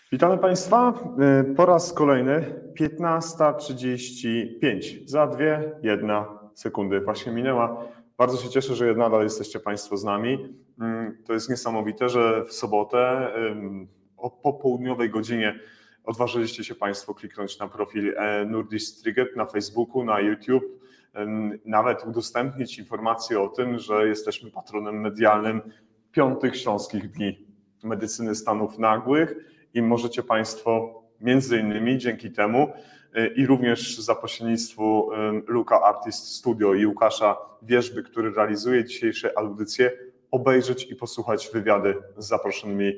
Witamy Państwa. Po raz kolejny 15:35. Za 2:01 sekundy właśnie minęła. Bardzo się cieszę, że nadal jesteście Państwo z nami. To jest niesamowite, że w sobotę o popołudniowej godzinie odważyliście się Państwo kliknąć na profil Nordisk na Facebooku, na YouTube, nawet udostępnić informację o tym, że jesteśmy patronem medialnym 5. Śląskich Dni Medycyny Stanów Nagłych i możecie Państwo między innymi dzięki temu i również za pośrednictwem Luka Artist Studio i Łukasza Wierzby, który realizuje dzisiejsze audycje, obejrzeć i posłuchać wywiady z zaproszonymi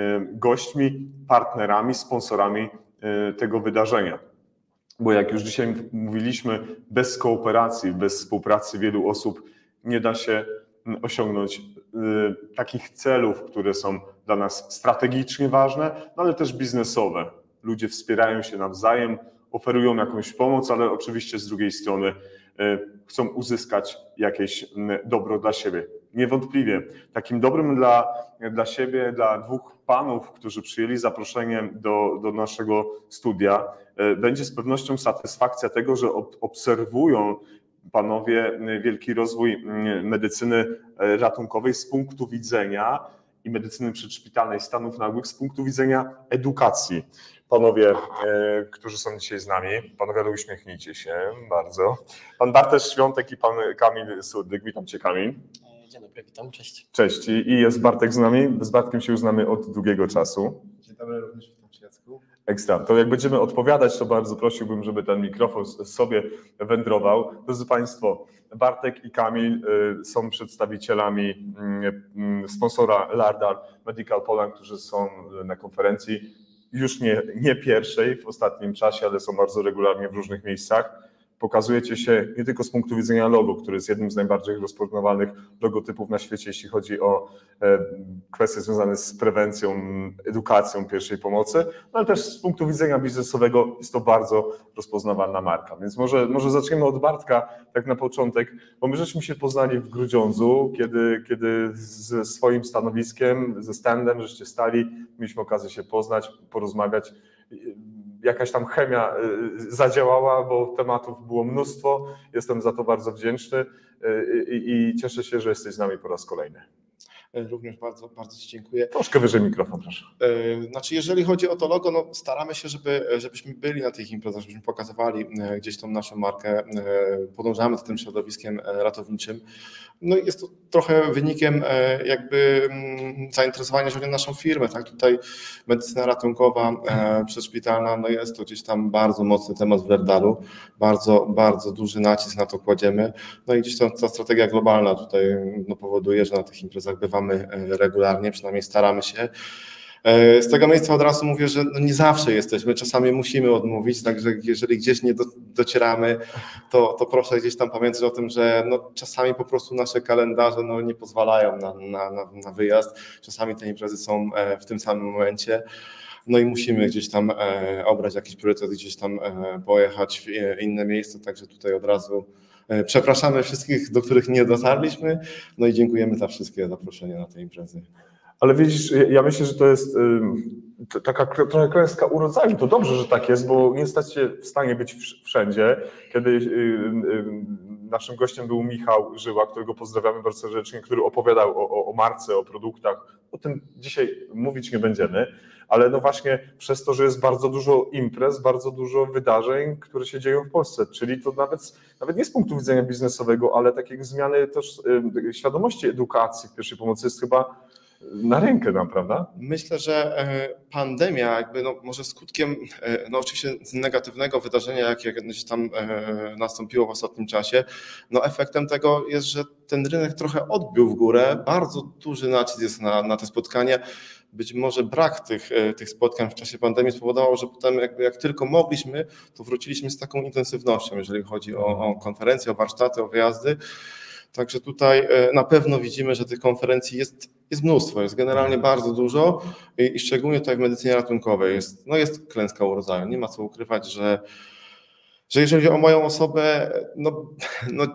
gośćmi, partnerami, sponsorami tego wydarzenia. Bo jak już dzisiaj mówiliśmy, bez kooperacji, bez współpracy wielu osób nie da się osiągnąć takich celów, które są dla nas strategicznie ważne, no ale też biznesowe. Ludzie wspierają się nawzajem, oferują jakąś pomoc, ale oczywiście z drugiej strony chcą uzyskać jakieś dobro dla siebie. Niewątpliwie takim dobrym dla siebie, dla dwóch panów, którzy przyjęli zaproszenie do naszego studia, będzie z pewnością satysfakcja tego, że obserwują panowie wielki rozwój medycyny ratunkowej z punktu widzenia i medycyny przedszpitalnej Stanów Nagłych z punktu widzenia edukacji. Panowie, którzy są dzisiaj z nami, panowie, ale uśmiechnijcie się bardzo. Pan Bartosz Świątek i pan Kamil Surdyk. Witam Cię, Kamil. Dzień dobry, witam, cześć. Cześć. I jest Bartek z nami. Z Bartkiem się już znamy od długiego czasu. Dzień dobry, również witam Cię, Jacku. Ekstra. To jak będziemy odpowiadać, to bardzo prosiłbym, żeby ten mikrofon sobie wędrował. Drodzy Państwo, Bartek i Kamil są przedstawicielami sponsora Lardar Medical Poland, którzy są na konferencji już nie pierwszej w ostatnim czasie, ale są bardzo regularnie w różnych miejscach. Pokazujecie się nie tylko z punktu widzenia logo, który jest jednym z najbardziej rozpoznawalnych logotypów na świecie, jeśli chodzi o kwestie związane z prewencją, edukacją pierwszej pomocy, ale też z punktu widzenia biznesowego jest to bardzo rozpoznawalna marka. Więc może zaczniemy od Bartka, tak na początek, bo my żeśmy się poznali w Grudziądzu, kiedy ze swoim stanowiskiem, ze standem, żeście stali, mieliśmy okazję się poznać, porozmawiać. Jakaś tam chemia zadziałała, bo tematów było mnóstwo. Jestem za to bardzo wdzięczny i cieszę się, że jesteś z nami po raz kolejny. Również bardzo Ci dziękuję. Troszkę wyżej mikrofon, proszę. Znaczy, jeżeli chodzi o to logo, no staramy się, żebyśmy byli na tych imprezach, żebyśmy pokazywali gdzieś tą naszą markę, podążamy za tym środowiskiem ratowniczym. No i jest to trochę wynikiem jakby zainteresowania się naszą firmę, tak? Tutaj medycyna ratunkowa, przedszpitalna, no jest to gdzieś tam bardzo mocny temat w Lerdalu, bardzo duży nacisk na to kładziemy, no i gdzieś tam ta strategia globalna tutaj powoduje, że na tych imprezach bywamy regularnie, przynajmniej staramy się. Z tego miejsca od razu mówię, że nie zawsze jesteśmy, czasami musimy odmówić, także jeżeli gdzieś nie docieramy, to proszę gdzieś tam pamiętać o tym, że czasami po prostu nasze kalendarze nie pozwalają na wyjazd, czasami te imprezy są w tym samym momencie. No i musimy gdzieś tam obrać jakiś priorytet, gdzieś tam pojechać w inne miejsce, także tutaj od razu przepraszamy wszystkich, do których nie dotarliśmy, no i dziękujemy za wszystkie zaproszenia na te imprezy. Ale widzisz, ja myślę, że to jest taka trochę klęska urodzaju. To dobrze, że tak jest, bo nie stać się w stanie być wszędzie. Kiedy naszym gościem był Michał Żyła, którego pozdrawiamy bardzo serdecznie, który opowiadał o marce, o produktach. O tym dzisiaj mówić nie będziemy, ale no właśnie przez to, że jest bardzo dużo imprez, bardzo dużo wydarzeń, które się dzieją w Polsce, czyli to nawet nie z punktu widzenia biznesowego, ale takiej zmiany też świadomości edukacji w pierwszej pomocy jest chyba na rękę nam, prawda? Myślę, że pandemia jakby może skutkiem oczywiście negatywnego wydarzenia, jakie gdzieś tam nastąpiło w ostatnim czasie, efektem tego jest, że ten rynek trochę odbił w górę, bardzo duży nacisk jest na te spotkania. Być może brak tych spotkań w czasie pandemii spowodował, że potem jak tylko mogliśmy, to wróciliśmy z taką intensywnością, jeżeli chodzi o konferencje, o warsztaty, o wyjazdy. Także tutaj na pewno widzimy, że tych konferencji jest mnóstwo, jest generalnie bardzo dużo i szczególnie tutaj w medycynie ratunkowej jest klęska urodzaju. Nie ma co ukrywać, że jeżeli chodzi o moją osobę,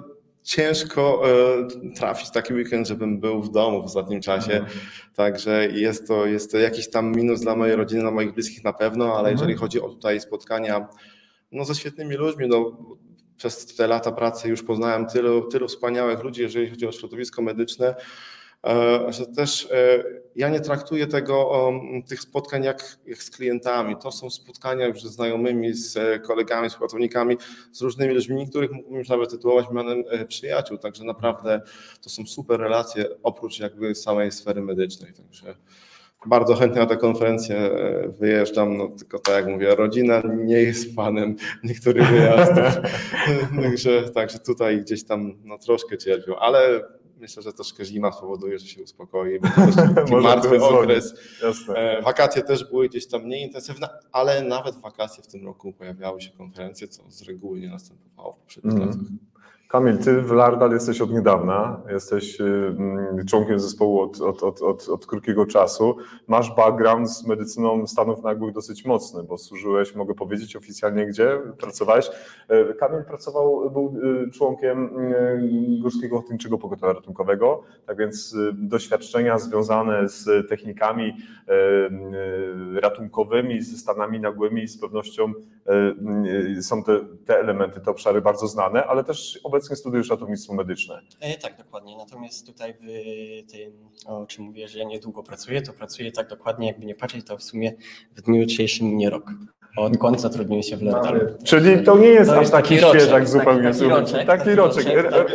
ciężko trafić taki weekend, żebym był w domu w ostatnim czasie. Także jest to jakiś tam minus dla mojej rodziny, dla moich bliskich na pewno, ale jeżeli chodzi o tutaj spotkania ze świetnymi ludźmi, przez te lata pracy już poznałem tylu wspaniałych ludzi, jeżeli chodzi o środowisko medyczne, że też ja nie traktuję tych spotkań jak z klientami. To są spotkania już ze znajomymi, z kolegami, z pracownikami, z różnymi ludźmi, których mógłbym już nawet tytułować mianem przyjaciół. Także naprawdę to są super relacje, oprócz jakby samej sfery medycznej. Także bardzo chętnie na tę konferencję wyjeżdżam, tylko tak jak mówię, rodzina nie jest fanem niektórych wyjazdów, także tutaj gdzieś tam troszkę cierpią, ale myślę, że troszkę zima spowoduje, że się uspokoi, będzie też taki martwy okres. Jasne. Wakacje też były gdzieś tam mniej intensywne, ale nawet wakacje w tym roku pojawiały się konferencje, co z reguły nie następowało w poprzednich latach. Kamil, ty w Lardal jesteś od niedawna, jesteś członkiem zespołu od krótkiego czasu. Masz background z medycyną stanów nagłych dosyć mocny, bo służyłeś, mogę powiedzieć oficjalnie, gdzie pracowałeś. Kamil był członkiem Górskiego Ochotniczego Pogotowia Ratunkowego, tak więc doświadczenia związane z technikami ratunkowymi, ze stanami nagłymi z pewnością są te elementy, te obszary bardzo znane, ale też obecnie studiujesz ratownictwo medyczne. Tak, dokładnie. Natomiast tutaj w tym, o czym mówię, że ja niedługo pracuję, to pracuję tak dokładnie, jakby nie patrzeć, to w sumie w dniu dzisiejszym minie rok. Odkąd zatrudniłem się w Lerdalu. Czyli to nie jest aż taki świeżak zupełnie. Taki roczek.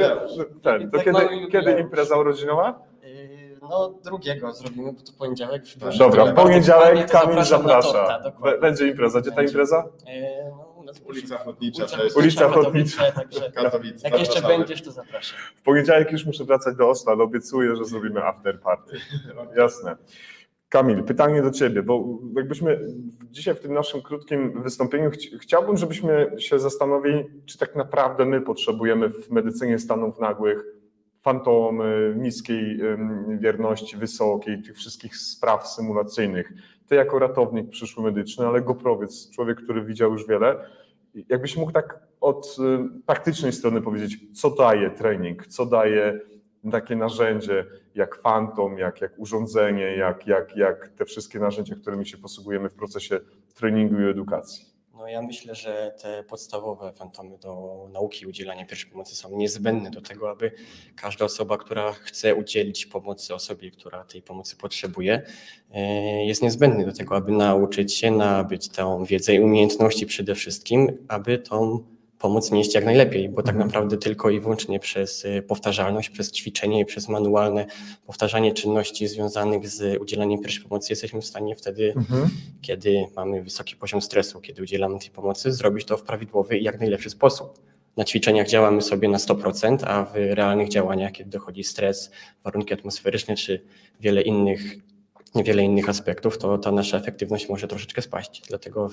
Kiedy impreza urodzinowa? Drugiego zrobimy, bo to poniedziałek. Dobra, w poniedziałek Kamil zaprasza. Będzie impreza. Gdzie ta impreza? Ulica Ochotnicza. Ulica Ochotnicza. Także jak jeszcze będziesz, to zapraszam. W poniedziałek już muszę wracać do Osla, ale obiecuję, że zrobimy after party. Jasne. Kamil, pytanie do ciebie, bo jakbyśmy dzisiaj w tym naszym krótkim wystąpieniu chciałbym, żebyśmy się zastanowili, czy tak naprawdę my potrzebujemy w medycynie stanów nagłych fantomy, niskiej wierności, wysokiej, tych wszystkich spraw symulacyjnych. Ty jako ratownik przyszły medyczny, ale goprowiec, człowiek, który widział już wiele, jakbyś mógł tak od praktycznej strony powiedzieć, co daje trening, co daje takie narzędzie jak fantom, jak urządzenie, jak te wszystkie narzędzia, którymi się posługujemy w procesie treningu i edukacji. Ja myślę, że te podstawowe fantomy do nauki udzielania pierwszej pomocy są niezbędne do tego, aby każda osoba, która chce udzielić pomocy osobie, która tej pomocy potrzebuje, jest niezbędny do tego, aby nauczyć się, nabyć tą wiedzę i umiejętności przede wszystkim, aby tą pomoc nieść jak najlepiej, bo tak naprawdę tylko i wyłącznie przez powtarzalność, przez ćwiczenie i przez manualne powtarzanie czynności związanych z udzielaniem pierwszej pomocy jesteśmy w stanie wtedy, kiedy mamy wysoki poziom stresu, kiedy udzielamy tej pomocy, zrobić to w prawidłowy i jak najlepszy sposób. Na ćwiczeniach działamy sobie na 100%, a w realnych działaniach, kiedy dochodzi stres, warunki atmosferyczne czy wiele innych aspektów, to ta nasza efektywność może troszeczkę spaść. Dlatego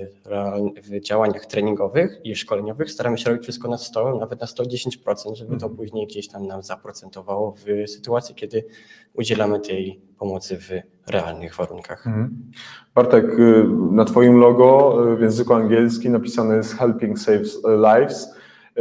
w działaniach treningowych i szkoleniowych staramy się robić wszystko na 100, nawet na 110%, żeby to później gdzieś tam nam zaprocentowało w sytuacji, kiedy udzielamy tej pomocy w realnych warunkach. Bartek, na twoim logo w języku angielskim napisane jest Helping Saves Lives,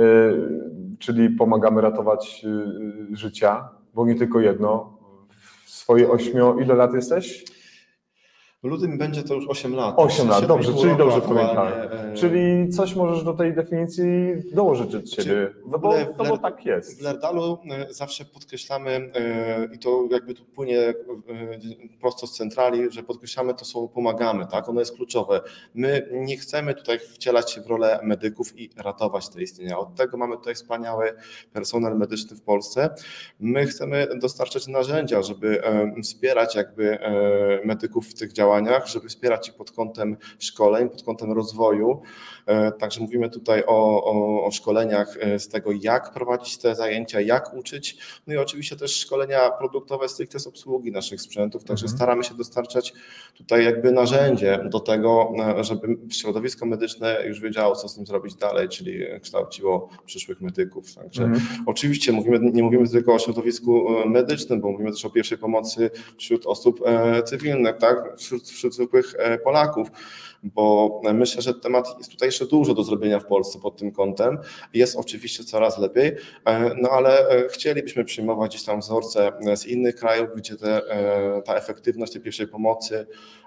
czyli pomagamy ratować życia, bo nie tylko jedno. Swoje ile lat jesteś? W lutym będzie to już 8 lat. 8 lat, dobrze, czyli dobrze pamiętałem. Czyli coś możesz do tej definicji dołożyć od siebie, bo tak jest. W Lerdalu zawsze podkreślamy, i to jakby tu płynie prosto z centrali, że podkreślamy to słowo pomagamy, tak? Ono jest kluczowe. My nie chcemy tutaj wcielać się w rolę medyków i ratować te istnienia. Od tego mamy tutaj wspaniały personel medyczny w Polsce. My chcemy dostarczać narzędzia, żeby wspierać jakby medyków w tych działaniach, żeby wspierać ich pod kątem szkoleń, pod kątem rozwoju. Także mówimy tutaj o szkoleniach z tego, jak prowadzić te zajęcia, jak uczyć. No i oczywiście też szkolenia produktowe stricte z obsługi naszych sprzętów. Także staramy się dostarczać tutaj jakby narzędzie do tego, żeby środowisko medyczne już wiedziało, co z tym zrobić dalej, czyli kształciło przyszłych medyków. Także oczywiście nie mówimy tylko o środowisku medycznym, bo mówimy też o pierwszej pomocy wśród osób cywilnych, tak? Wśród zwykłych Polaków. bo myślę, że temat jest tutaj jeszcze dużo do zrobienia w Polsce pod tym kątem. Jest oczywiście coraz lepiej, no ale chcielibyśmy przyjmować gdzieś tam wzorce z innych krajów, gdzie ta efektywność tej pierwszej pomocy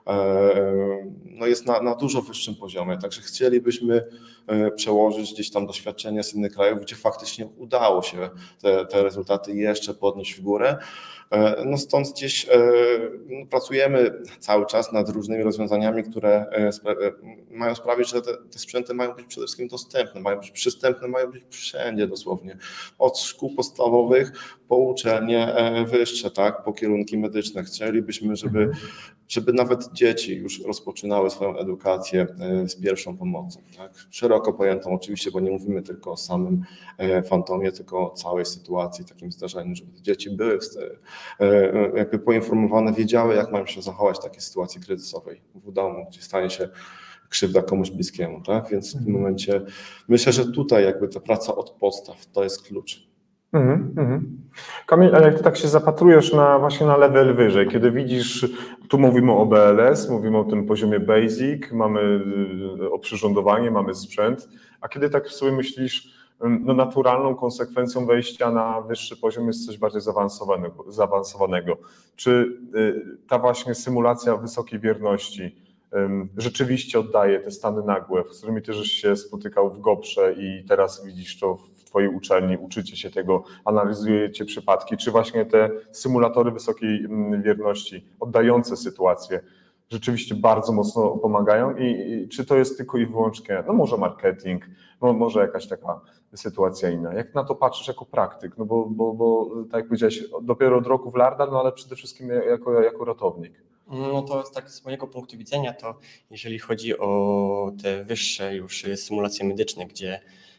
no jest na dużo wyższym poziomie, także chcielibyśmy przełożyć gdzieś tam doświadczenia z innych krajów, gdzie faktycznie udało się te rezultaty jeszcze podnieść w górę. No stąd gdzieś pracujemy cały czas nad różnymi rozwiązaniami, które mają sprawić, że te sprzęty mają być przede wszystkim dostępne, mają być przystępne, mają być wszędzie dosłownie. Od szkół podstawowych po uczelnie wyższe, tak, po kierunki medyczne. Chcielibyśmy, żeby nawet dzieci już rozpoczynały swoją edukację z pierwszą pomocą. Tak? Szeroko pojętą oczywiście, bo nie mówimy tylko o samym fantomie, tylko o całej sytuacji, takim zdarzeniu, żeby dzieci były jakby poinformowane, wiedziały, jak mają się zachować w takiej sytuacji kryzysowej w domu, gdzie stanie się krzywda komuś bliskiemu. Tak? Więc w tym momencie myślę, że tutaj jakby ta praca od podstaw to jest klucz. Kamil, a jak ty tak się zapatrujesz właśnie na level wyżej, kiedy widzisz, tu mówimy o BLS, mówimy o tym poziomie basic, mamy oprzyrządowanie, mamy sprzęt, a kiedy tak sobie myślisz, no naturalną konsekwencją wejścia na wyższy poziom jest coś bardziej zaawansowanego. Czy ta właśnie symulacja wysokiej wierności rzeczywiście oddaje te stany nagłe, z którymi ty żeś się spotykał w GOPR-ze i teraz widzisz to w twojej uczelni, uczycie się tego, analizujecie przypadki, czy właśnie te symulatory wysokiej wierności oddające sytuację rzeczywiście bardzo mocno pomagają i czy to jest tylko i wyłącznie, no może marketing, no może jakaś taka sytuacja inna. Jak na to patrzysz jako praktyk? No bo tak jak powiedziałeś, dopiero od roku w Larda, no ale przede wszystkim jako ratownik. No to tak z mojego punktu widzenia, to jeżeli chodzi o te wyższe już symulacje medyczne, gdzie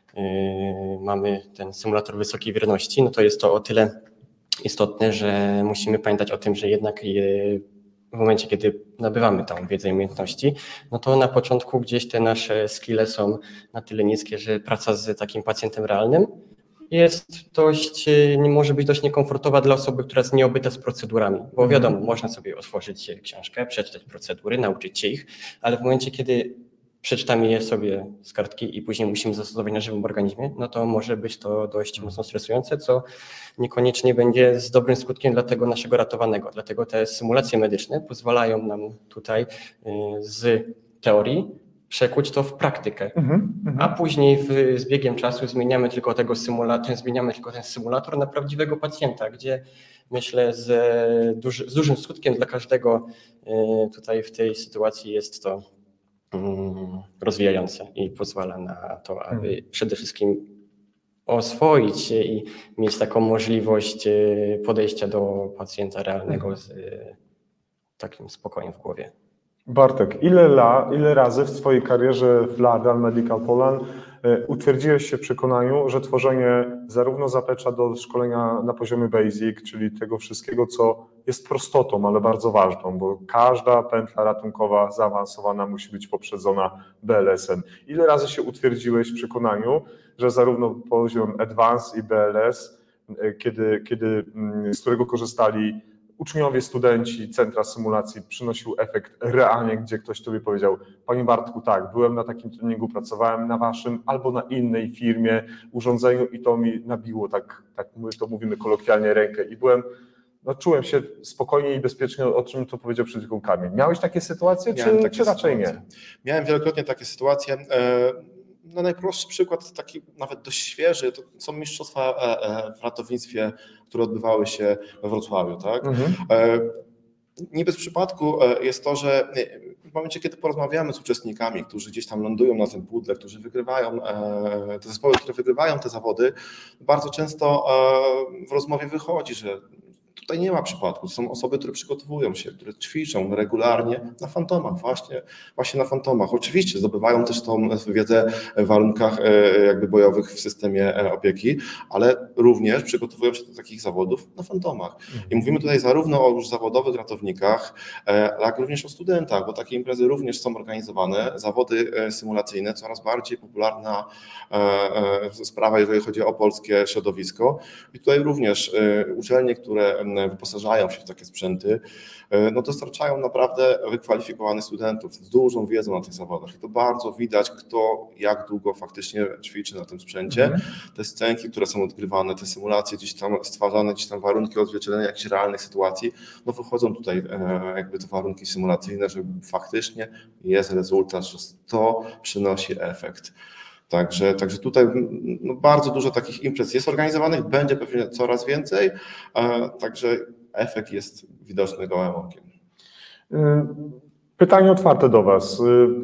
mamy ten symulator wysokiej wierności, no to jest to o tyle istotne, że musimy pamiętać o tym, że jednak w momencie, kiedy nabywamy tą wiedzę i umiejętności, no to na początku gdzieś te nasze skille są na tyle niskie, że praca z takim pacjentem realnym może być dość niekomfortowa dla osoby, która jest nieobyta z procedurami, bo wiadomo, można sobie otworzyć książkę, przeczytać procedury, nauczyć się ich, ale w momencie, kiedy przeczytamy je sobie z kartki i później musimy zastosować na żywym organizmie, no to może być to dość mocno stresujące, co niekoniecznie będzie z dobrym skutkiem dla tego naszego ratowanego. Dlatego te symulacje medyczne pozwalają nam tutaj z teorii przekuć to w praktykę, a później z biegiem czasu zmieniamy tylko ten symulator na prawdziwego pacjenta, gdzie myślę z dużym skutkiem dla każdego tutaj w tej sytuacji jest to rozwijające i pozwala na to, aby przede wszystkim oswoić się i mieć taką możliwość podejścia do pacjenta realnego z takim spokojem w głowie. Bartek, ile razy w twojej karierze w Lardal Medical Poland utwierdziłeś się w przekonaniu, że tworzenie zarówno zaplecza do szkolenia na poziomie basic, czyli tego wszystkiego, co jest prostotą, ale bardzo ważną, bo każda pętla ratunkowa zaawansowana musi być poprzedzona BLS-em. Ile razy się utwierdziłeś w przekonaniu, że zarówno poziom Advanced i BLS, z którego korzystali uczniowie, studenci, centra symulacji, przynosił efekt realnie, gdzie ktoś tobie powiedział: panie Bartku, tak, byłem na takim treningu, pracowałem na waszym albo na innej firmie, urządzeniu i to mi nabiło, tak my to mówimy kolokwialnie, rękę i czułem się spokojnie i bezpiecznie, o czym to powiedział przed chwilą Kamil. Miałeś takie sytuacje, czy raczej nie? Miałem wielokrotnie takie sytuacje. No najprostszy przykład, taki nawet dość świeży, to są mistrzostwa w ratownictwie, które odbywały się we Wrocławiu. Tak? Nie bez przypadku jest to, że w momencie, kiedy porozmawiamy z uczestnikami, którzy gdzieś tam lądują na tym pudle, którzy wygrywają, te zespoły, które wygrywają te zawody, bardzo często w rozmowie wychodzi, że tutaj nie ma przypadku. To są osoby, które przygotowują się, które ćwiczą regularnie na fantomach, właśnie na fantomach. Oczywiście zdobywają też tą wiedzę w warunkach jakby bojowych w systemie opieki, ale również przygotowują się do takich zawodów na fantomach. I mówimy tutaj zarówno o już zawodowych ratownikach, jak również o studentach, bo takie imprezy również są organizowane. Zawody symulacyjne, coraz bardziej popularna sprawa, jeżeli chodzi o polskie środowisko. I tutaj również uczelnie, które wyposażają się w takie sprzęty, no dostarczają naprawdę wykwalifikowanych studentów z dużą wiedzą na tych zawodach. I to bardzo widać, kto jak długo faktycznie ćwiczy na tym sprzęcie. Te scenki, które są odgrywane, te symulacje gdzieś tam stwarzane, gdzieś tam warunki odzwierciedlenia jakichś realnych sytuacji, no wychodzą tutaj jakby te warunki symulacyjne, że faktycznie jest rezultat, że to przynosi efekt. Także tutaj no bardzo dużo takich imprez jest organizowanych, będzie pewnie coraz więcej, także efekt jest widoczny gołym okiem. Pytanie otwarte do Was.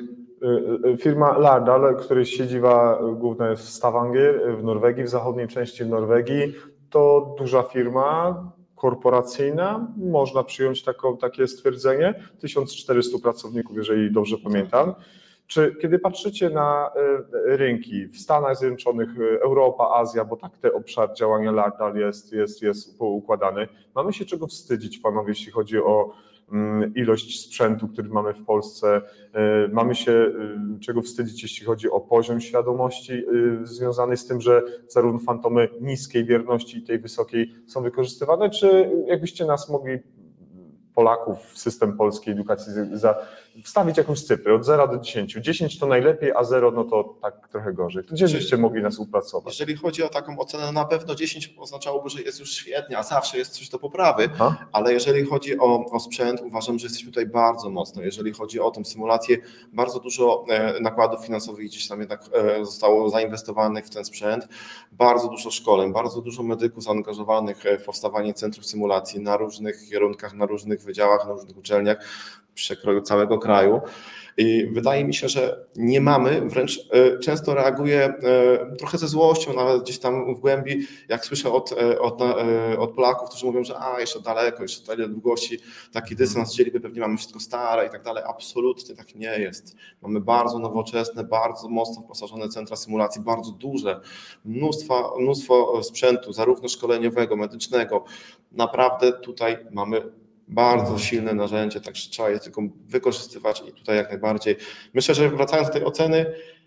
Firma Lardal, której siedziba główna jest w Stavanger w Norwegii, w zachodniej części Norwegii, to duża firma korporacyjna, można przyjąć takie stwierdzenie, 1400 pracowników, jeżeli dobrze pamiętam. Czy kiedy patrzycie na rynki w Stanach Zjednoczonych, Europa, Azja, bo tak ten obszar działania Lardal jest poukładany, mamy się czego wstydzić, panowie, jeśli chodzi o ilość sprzętu, który mamy w Polsce, mamy się czego wstydzić, jeśli chodzi o poziom świadomości związany z tym, że zarówno fantomy niskiej wierności i tej wysokiej są wykorzystywane, czy jakbyście nas mogli, Polaków, w system polskiej edukacji wstawić jakąś cyfrę od 0 do 10. 10 to najlepiej, a 0 no to tak trochę gorzej. To gdzie byście mogli nas upracować? Jeżeli chodzi o taką ocenę, na pewno 10 oznaczałoby, że jest już świetnie, a zawsze jest coś do poprawy, ale jeżeli chodzi o sprzęt, uważam, że jesteśmy tutaj bardzo mocno. Jeżeli chodzi o tę symulację, bardzo dużo nakładów finansowych gdzieś tam jednak zostało zainwestowanych w ten sprzęt, bardzo dużo szkoleń, bardzo dużo medyków zaangażowanych w powstawanie centrów symulacji na różnych kierunkach, na różnych wydziałach, na różnych uczelniach w przekroju całego kraju. I wydaje mi się, że nie mamy, wręcz często reaguję trochę ze złością, nawet gdzieś tam w głębi, jak słyszę od Polaków, którzy mówią, że jeszcze daleko, jeszcze tyle długości, taki dystans, chcieliby, pewnie mamy wszystko stare i tak dalej. Absolutnie tak nie jest. Mamy nowoczesne, bardzo mocno wyposażone centra symulacji, bardzo duże, mnóstwo sprzętu, zarówno szkoleniowego, medycznego. Naprawdę tutaj mamy bardzo silne narzędzie, także trzeba je tylko wykorzystywać i tutaj jak najbardziej. Myślę, że wracając do tej oceny,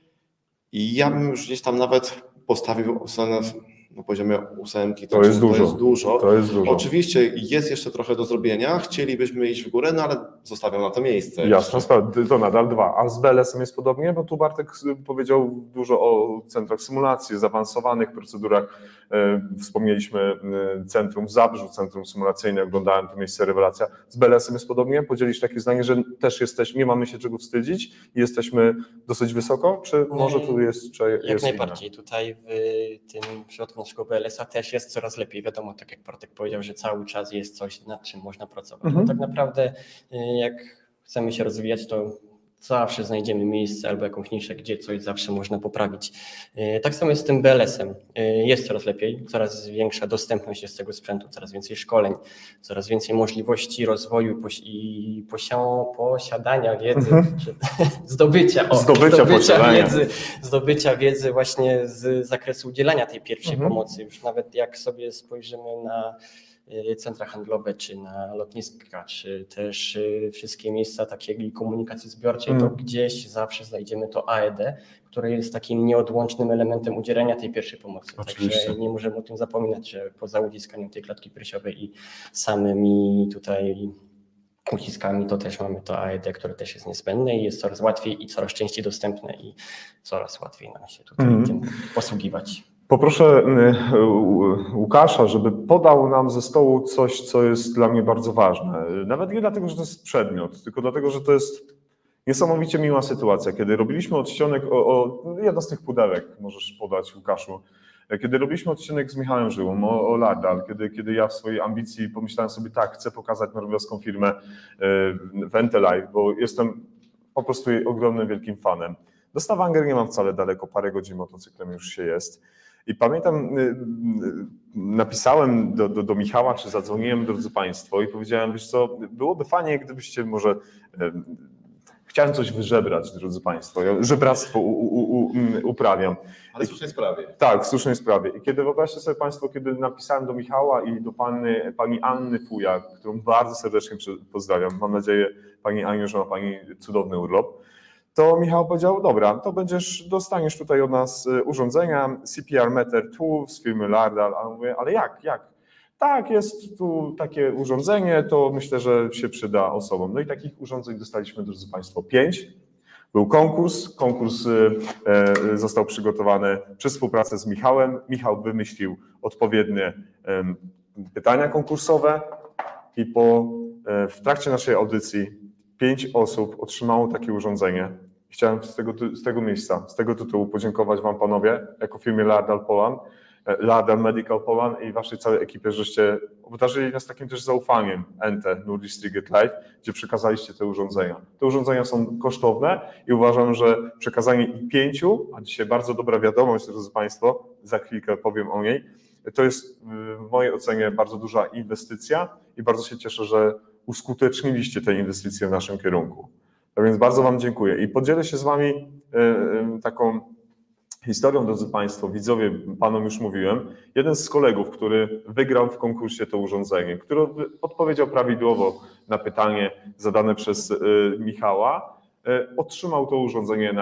ja bym już gdzieś tam nawet postawił ocenę na poziomie 8. To jest dużo. Oczywiście jest jeszcze trochę do zrobienia, chcielibyśmy iść w górę, no ale zostawiam na to miejsce. Jasna sprawa, to nadal 2. A z BLS-em jest podobnie? Bo tu Bartek powiedział dużo o centrach symulacji, zaawansowanych procedurach. Wspomnieliśmy centrum w Zabrzu, centrum symulacyjne, oglądałem to miejsce Rewelacja. Z BLS-em jest podobnie? Podzielisz takie zdanie, że też nie mamy się czego wstydzić i jesteśmy dosyć wysoko? Czy może tu jest jak najbardziej. Inne? Tutaj w tym przypadku naszego BLS-a też jest coraz lepiej. Wiadomo, tak jak Bartek powiedział, że cały czas jest coś, nad czym można pracować. Bo tak naprawdę jak chcemy się rozwijać, to zawsze znajdziemy miejsce albo jakąś niszę, gdzie coś zawsze można poprawić. Tak samo jest z tym BLS-em. Jest coraz lepiej, coraz większa dostępność jest tego sprzętu, coraz więcej szkoleń, coraz więcej możliwości rozwoju i posiadania wiedzy, czy zdobycia wiedzy właśnie z zakresu udzielania tej pierwszej pomocy. Już nawet jak sobie spojrzymy na centra handlowe, czy na lotniska, czy też wszystkie miejsca takiej komunikacji zbiorczej, to gdzieś zawsze znajdziemy to AED, które jest takim nieodłącznym elementem udzielania tej pierwszej pomocy. Oczywiście. Także nie możemy o tym zapominać, że poza uciskaniem tej klatki piersiowej i samymi tutaj uciskami, to też mamy to AED, które też jest niezbędne i jest coraz łatwiej i coraz częściej dostępne i coraz łatwiej nam się tutaj tym posługiwać. Poproszę Łukasza, żeby podał nam ze stołu coś, co jest dla mnie bardzo ważne. Nawet nie dlatego, że to jest przedmiot, tylko dlatego, że to jest niesamowicie miła sytuacja. Kiedy robiliśmy odcinek jedno z tych pudełek, możesz podać, Łukaszu, kiedy robiliśmy odcinek z Michałem Żyłą o Lardal, kiedy ja w swojej ambicji pomyślałem sobie, tak, chcę pokazać norweską firmę w Entelive, bo jestem po prostu jej ogromnym, wielkim fanem. Do Stavanger nie mam wcale daleko, parę godzin motocyklem już się jest. I pamiętam, napisałem do Michała, czy zadzwoniłem, drodzy Państwo, i powiedziałem, wiesz co, byłoby fajnie, gdybyście może... Chciałem coś wyżebrać, drodzy Państwo, ja żebractwo uprawiam. Ale w słusznej sprawie. Tak, w słusznej sprawie. I kiedy wyobraźcie sobie Państwo, kiedy napisałem do Michała i do pani Anny Fuja, którą bardzo serdecznie pozdrawiam, mam nadzieję, Pani Aniu, że ma Pani cudowny urlop, to Michał powiedział, dobra, to dostaniesz tutaj od nas urządzenia CPR Meter 2 z firmy Lardal, a mówię, ale jak? tak, jest tu takie urządzenie, to myślę, że się przyda osobom. No i takich urządzeń dostaliśmy, drodzy Państwo, 5. Był konkurs został przygotowany przez współpracę z Michałem. Michał wymyślił odpowiednie pytania konkursowe i w trakcie naszej audycji 5 osób otrzymało takie urządzenie. Chciałem z tego miejsca, z tego tytułu podziękować Wam, panowie, jako firmie Lardal Medical Poland i Waszej całej ekipie, żeście obdarzyli nas takim też zaufaniem Nordic Strigget Life, gdzie przekazaliście te urządzenia. Te urządzenia są kosztowne i uważam, że przekazanie ich 5, a dzisiaj bardzo dobra wiadomość, drodzy Państwo, za chwilkę powiem o niej, to jest w mojej ocenie bardzo duża inwestycja i bardzo się cieszę, że uskuteczniliście tę inwestycję w naszym kierunku. Tak więc bardzo Wam dziękuję i podzielę się z Wami taką historią, drodzy Państwo, widzowie, Panom już mówiłem. Jeden z kolegów, który wygrał w konkursie to urządzenie, który odpowiedział prawidłowo na pytanie zadane przez Michała, otrzymał to urządzenie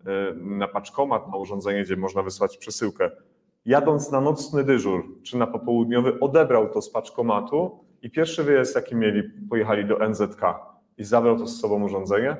na paczkomat, na urządzenie, gdzie można wysłać przesyłkę. Jadąc na nocny dyżur czy na popołudniowy, odebrał to z paczkomatu i pierwszy wyjazd, jaki mieli, pojechali do NZK i zabrał to z sobą urządzenie,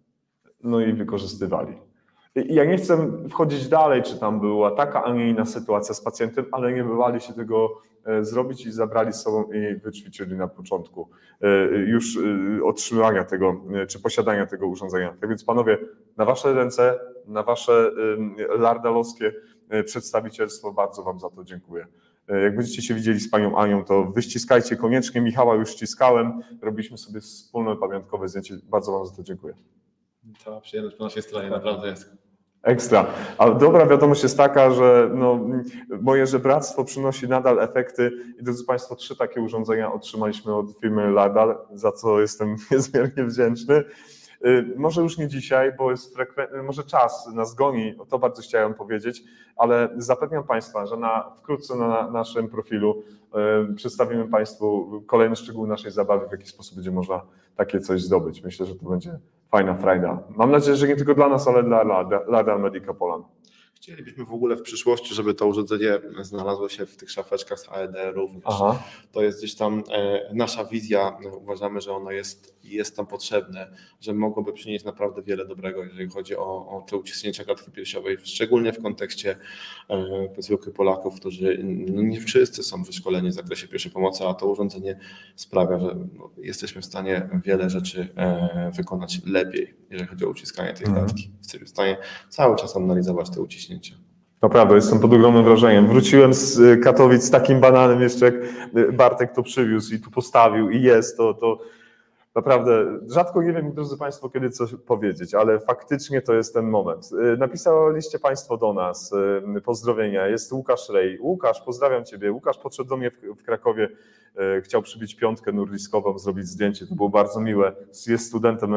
no i wykorzystywali. Ja nie chcę wchodzić dalej, czy tam była taka, a nie inna sytuacja z pacjentem, ale nie bywali się tego zrobić i zabrali z sobą i wyćwiczyli na początku już otrzymania tego, czy posiadania tego urządzenia. Tak więc panowie, na Wasze ręce, na Wasze lardalowskie przedstawicielstwo, bardzo Wam za to dziękuję. Jak będziecie się widzieli z panią Anią, to wyściskajcie koniecznie. Michała już ściskałem, robiliśmy sobie wspólne pamiątkowe zdjęcie. Bardzo Wam za to dziękuję. Cała przyjemność po naszej stronie, naprawdę jest. Ekstra. A dobra wiadomość jest taka, że moje żebractwo przynosi nadal efekty i drodzy Państwo, 3 takie urządzenia otrzymaliśmy od firmy Lardal, za co jestem niezmiernie wdzięczny. Może już nie dzisiaj, bo jest może czas nas goni, to bardzo chciałem powiedzieć, ale zapewniam Państwa, że wkrótce na naszym profilu przedstawimy Państwu kolejne szczegóły naszej zabawy, w jaki sposób będzie można takie coś zdobyć. Myślę, że to będzie fajna frajda. Mam nadzieję, że nie tylko dla nas, ale dla Lardal Medical Poland. Chcielibyśmy w ogóle w przyszłości, żeby to urządzenie znalazło się w tych szafeczkach z AED również. Aha. To jest gdzieś tam nasza wizja. Uważamy, że ono jest tam potrzebne, że mogłoby przynieść naprawdę wiele dobrego, jeżeli chodzi o te uciśnięcia klatki piersiowej, szczególnie w kontekście zwykłych Polaków, którzy nie wszyscy są wyszkoleni w zakresie pierwszej pomocy, a to urządzenie sprawia, że jesteśmy w stanie wiele rzeczy wykonać lepiej, jeżeli chodzi o uciskanie tej klatki. Jesteśmy w stanie cały czas analizować te uciśnięcia. Naprawdę, jestem pod ogromnym wrażeniem. Wróciłem z Katowic z takim bananem jeszcze, jak Bartek to przywiózł i tu postawił i jest to naprawdę, rzadko nie wiem, drodzy Państwo, kiedy coś powiedzieć, ale faktycznie to jest ten moment. Napisaliście Państwo do nas pozdrowienia, jest Łukasz Rej. Łukasz, pozdrawiam Ciebie. Łukasz podszedł do mnie w Krakowie, chciał przybić 5 nurliskową, zrobić zdjęcie, to było bardzo miłe. Jest studentem,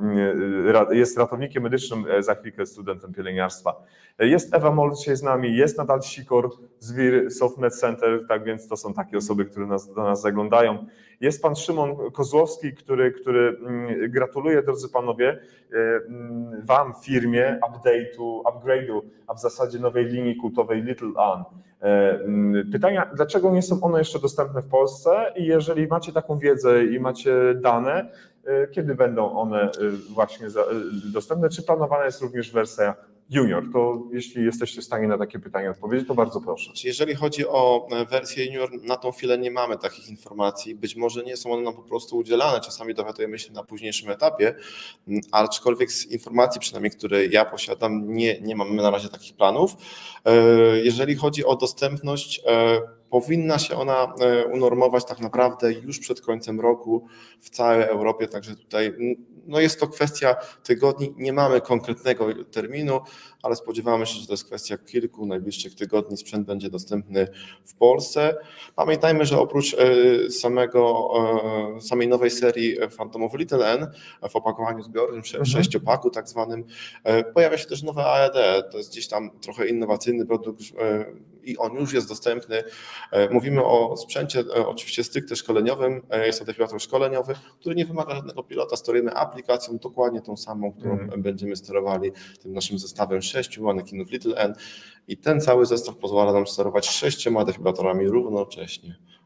jest ratownikiem medycznym, za chwilkę studentem pielęgniarstwa. Jest Ewa Mol dzisiaj z nami, jest Nadal Sikor z WIR Softmed Center, tak więc to są takie osoby, które do nas zaglądają. Jest pan Szymon Kozłowski, który gratuluje, drodzy panowie, Wam, firmie, upgrade'u, a w zasadzie nowej linii kultowej Little Ann. Pytania, dlaczego nie są one jeszcze dostępne w Polsce i jeżeli macie taką wiedzę i macie dane, kiedy będą one właśnie dostępne, czy planowana jest również wersja junior? To jeśli jesteście w stanie na takie pytanie odpowiedzieć, to bardzo proszę. Jeżeli chodzi o wersję junior, na tą chwilę nie mamy takich informacji. Być może nie są one nam po prostu udzielane, czasami dowiadujemy się na późniejszym etapie, aczkolwiek z informacji przynajmniej, które ja posiadam, nie mamy na razie takich planów. Jeżeli chodzi o dostępność, powinna się ona unormować tak naprawdę już przed końcem roku w całej Europie, także tutaj jest to kwestia tygodni, nie mamy konkretnego terminu, ale spodziewamy się, że to jest kwestia kilku najbliższych tygodni, sprzęt będzie dostępny w Polsce. Pamiętajmy, że oprócz samej nowej serii Phantomów Little N w opakowaniu zbiorczym, 6-paku tak zwanym, pojawia się też nowe AED, to jest gdzieś tam trochę innowacyjny produkt i on już jest dostępny. Mówimy o sprzęcie oczywiście stricte szkoleniowym, jest to defibrylator szkoleniowy, który nie wymaga żadnego pilota, sterujemy aplikacją dokładnie tą samą, którą będziemy sterowali tym naszym zestawem 6 manekinów Little N i ten cały zestaw pozwala nam sterować 6 defibrylatorami równocześnie.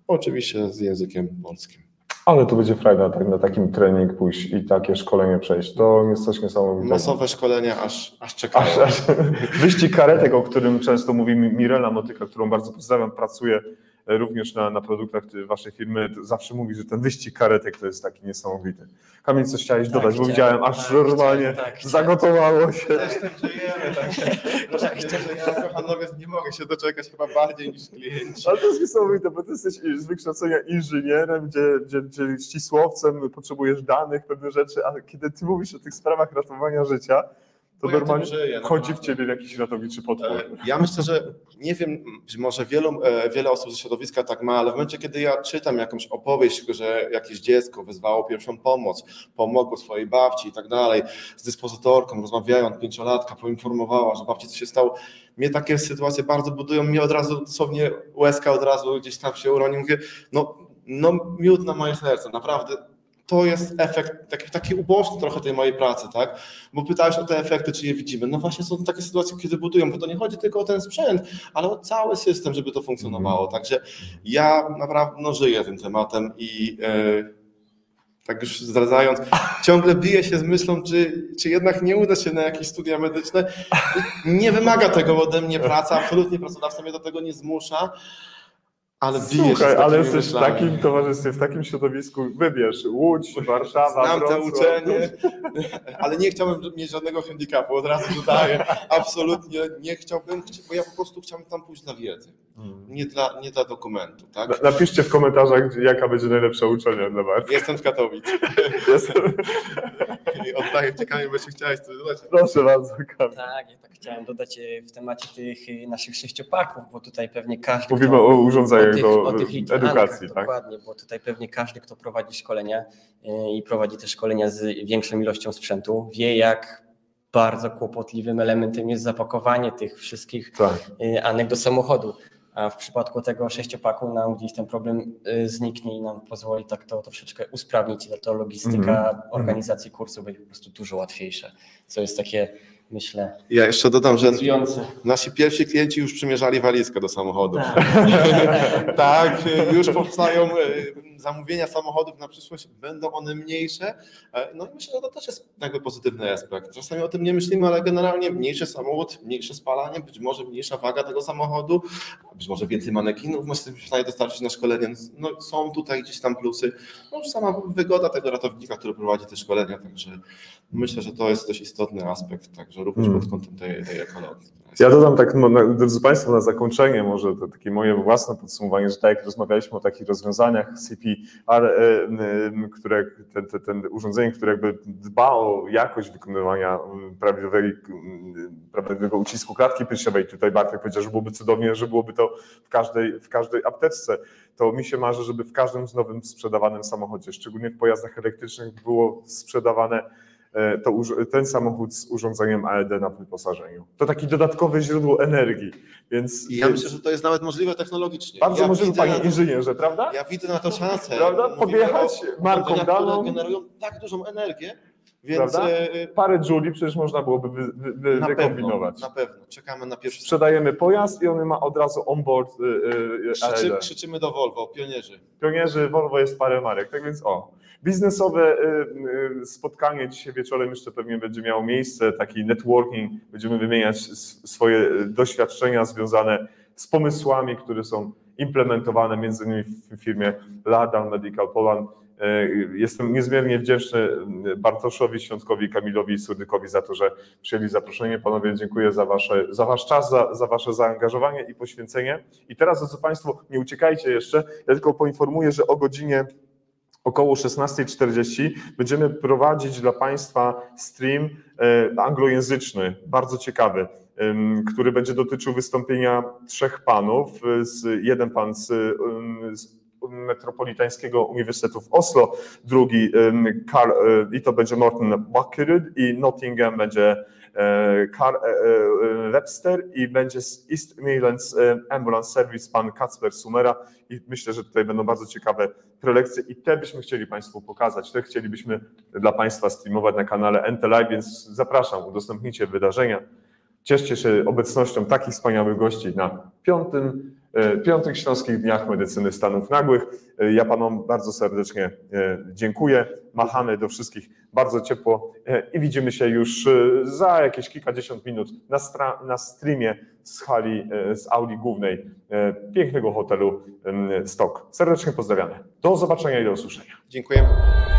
oczywiście z językiem polskim. Ale to będzie frajda, tak na takim trening pójść i takie szkolenie przejść. To jest coś niesamowitego. Masowe szkolenia aż czekają. Wyścig karetek, o którym często mówi Mirela Motyka, którą bardzo pozdrawiam, pracuje również na produktach waszej firmy, zawsze mówi, że ten wyścig karetek to jest taki niesamowity. Kamil, coś chciałeś dodać, bo widziałem, aż normalnie zagotowało się. Też tym żyjemy, tak. Ja jako handlowiec nie mogę się doczekać chyba bardziej niż klienci. Ale to jest niesamowite, bo ty jesteś z wykształcenia inżynierem, gdzie ścisłowcem potrzebujesz danych, pewne rzeczy, ale kiedy ty mówisz o tych sprawach ratowania życia, to Bo ja normalnie tym żyję, wchodzi w naprawdę. ciebie jakiś ratowniczy potwór. Ja myślę, że nie wiem, być może wiele osób ze środowiska tak ma, ale w momencie, kiedy ja czytam jakąś opowieść, że jakieś dziecko wezwało pierwszą pomoc, pomogło swojej babci i tak dalej, z dyspozytorką rozmawiając, 5-latka poinformowała, że babci coś się stało, mnie takie sytuacje bardzo budują, mnie od razu dosłownie łezka od razu gdzieś tam się uroni, mówię, no miód na moje serce, naprawdę. To jest efekt taki uboczny trochę tej mojej pracy, tak? Bo pytałeś o te efekty, czy je widzimy. No właśnie są takie sytuacje, kiedy budują, bo to nie chodzi tylko o ten sprzęt, ale o cały system, żeby to funkcjonowało. Także ja naprawdę żyję tym tematem i tak już zdradzając, ciągle biję się z myślą, czy jednak nie uda się na jakieś studia medyczne. Nie wymaga tego ode mnie praca, absolutnie pracodawca mnie do tego nie zmusza. Ale bije się z Słuchaj, ale jesteś myślami. w takim towarzystwie, w takim środowisku, wybierz Łódź, Warszawa, Znam te Wrocław. uczelnie, ale nie chciałbym mieć żadnego handicapu, od razu dodaję. Absolutnie nie chciałbym, bo ja po prostu chciałbym tam pójść dla wiedzy, nie dla dokumentu. Tak? Napiszcie w komentarzach, jaka będzie najlepsza uczelnia dla was. Jestem z Katowic. I oddaję Ci, Kamil, bo się chciałeś coś dodać. Proszę bardzo, Kamil. Tak, ja tak chciałem dodać w temacie tych naszych 6-paków, bo tutaj pewnie każdy... Mówimy o urządzeniach do o tych edukacji, tak? Dokładnie, bo tutaj pewnie każdy, kto prowadzi szkolenia i prowadzi te szkolenia z większą ilością sprzętu, wie, jak bardzo kłopotliwym elementem jest zapakowanie tych wszystkich anek do samochodu. A w przypadku tego 6-paku nam gdzieś ten problem zniknie i nam pozwoli tak to troszeczkę usprawnić, to logistyka organizacji kursu będzie po prostu dużo łatwiejsza, co jest takie, myślę, Ja jeszcze dodam, że pracujące. nasi pierwsi klienci już przymierzali walizkę do samochodu. Tak, już powstają zamówienia samochodów na przyszłość, będą one mniejsze. No i myślę, że to też jest jakby pozytywny aspekt. Czasami o tym nie myślimy, ale generalnie mniejszy samochód, mniejsze spalanie, być może mniejsza waga tego samochodu, być może więcej manekinów jesteśmy w stanie dostarczyć na szkolenie. No, są tutaj gdzieś tam plusy. No już sama wygoda tego ratownika, który prowadzi te szkolenia, także myślę, że to jest dość istotny aspekt, także również pod kątem tej ekologii. Ja dodam tak, drodzy Państwo, na zakończenie może to takie moje własne podsumowanie, że tak jak rozmawialiśmy o takich rozwiązaniach CPR, ten urządzenie, które jakby dba o jakość wykonywania prawidłowego ucisku klatki piersiowej, tutaj Bartek powiedział, że byłoby cudownie, że byłoby to w każdej apteczce, to mi się marzy, żeby w każdym z nowym sprzedawanym samochodzie, szczególnie w pojazdach elektrycznych, było sprzedawane ten samochód z urządzeniem AED na wyposażeniu. To takie dodatkowe źródło energii, więc... I ja myślę, że to jest nawet możliwe technologicznie. Bardzo możliwe, panie inżynierze, prawda? Ja widzę na to szansę. Prawda? Podjechać marką daną. Które generują tak dużą energię, więc... Parę jouli przecież można byłoby wykombinować. Na pewno, czekamy na pierwszy... Sprzedajemy pojazd i on ma od razu onboard AED. Krzyczymy do Volvo, pionierzy. Pionierzy, Volvo jest parę marek, tak więc biznesowe spotkanie dzisiaj wieczorem jeszcze pewnie będzie miało miejsce, taki networking, będziemy wymieniać swoje doświadczenia związane z pomysłami, które są implementowane między innymi w firmie Ladam Medical Poland. Jestem niezmiernie wdzięczny Bartoszowi Świątkowi, Kamilowi Surdykowi za to, że przyjęli zaproszenie. Panowie, dziękuję za wasz czas, za wasze zaangażowanie i poświęcenie. I teraz, drodzy Państwo, nie uciekajcie jeszcze, ja tylko poinformuję, że o godzinie około 16:40 będziemy prowadzić dla Państwa stream anglojęzyczny, bardzo ciekawy, który będzie dotyczył wystąpienia 3 panów. Jeden pan z Metropolitańskiego Uniwersytetu w Oslo, drugi i to będzie Morten Bakkerud i Nottingham będzie Karl Webster i będzie z East Midlands Ambulance Service pan Kacper Sumera i myślę, że tutaj będą bardzo ciekawe prelekcje i te byśmy chcieli Państwu pokazać, te chcielibyśmy dla Państwa streamować na kanale NT Live, więc zapraszam, udostępnijcie wydarzenia, cieszcie się obecnością takich wspaniałych gości na 5. Piątych Śląskich Dniach Medycyny Stanów Nagłych. Ja panom bardzo serdecznie dziękuję. Machamy do wszystkich bardzo ciepło i widzimy się już za jakieś kilkadziesiąt minut na streamie z hali, z auli głównej pięknego hotelu Stok. Serdecznie pozdrawiamy. Do zobaczenia i do usłyszenia. Dziękujemy.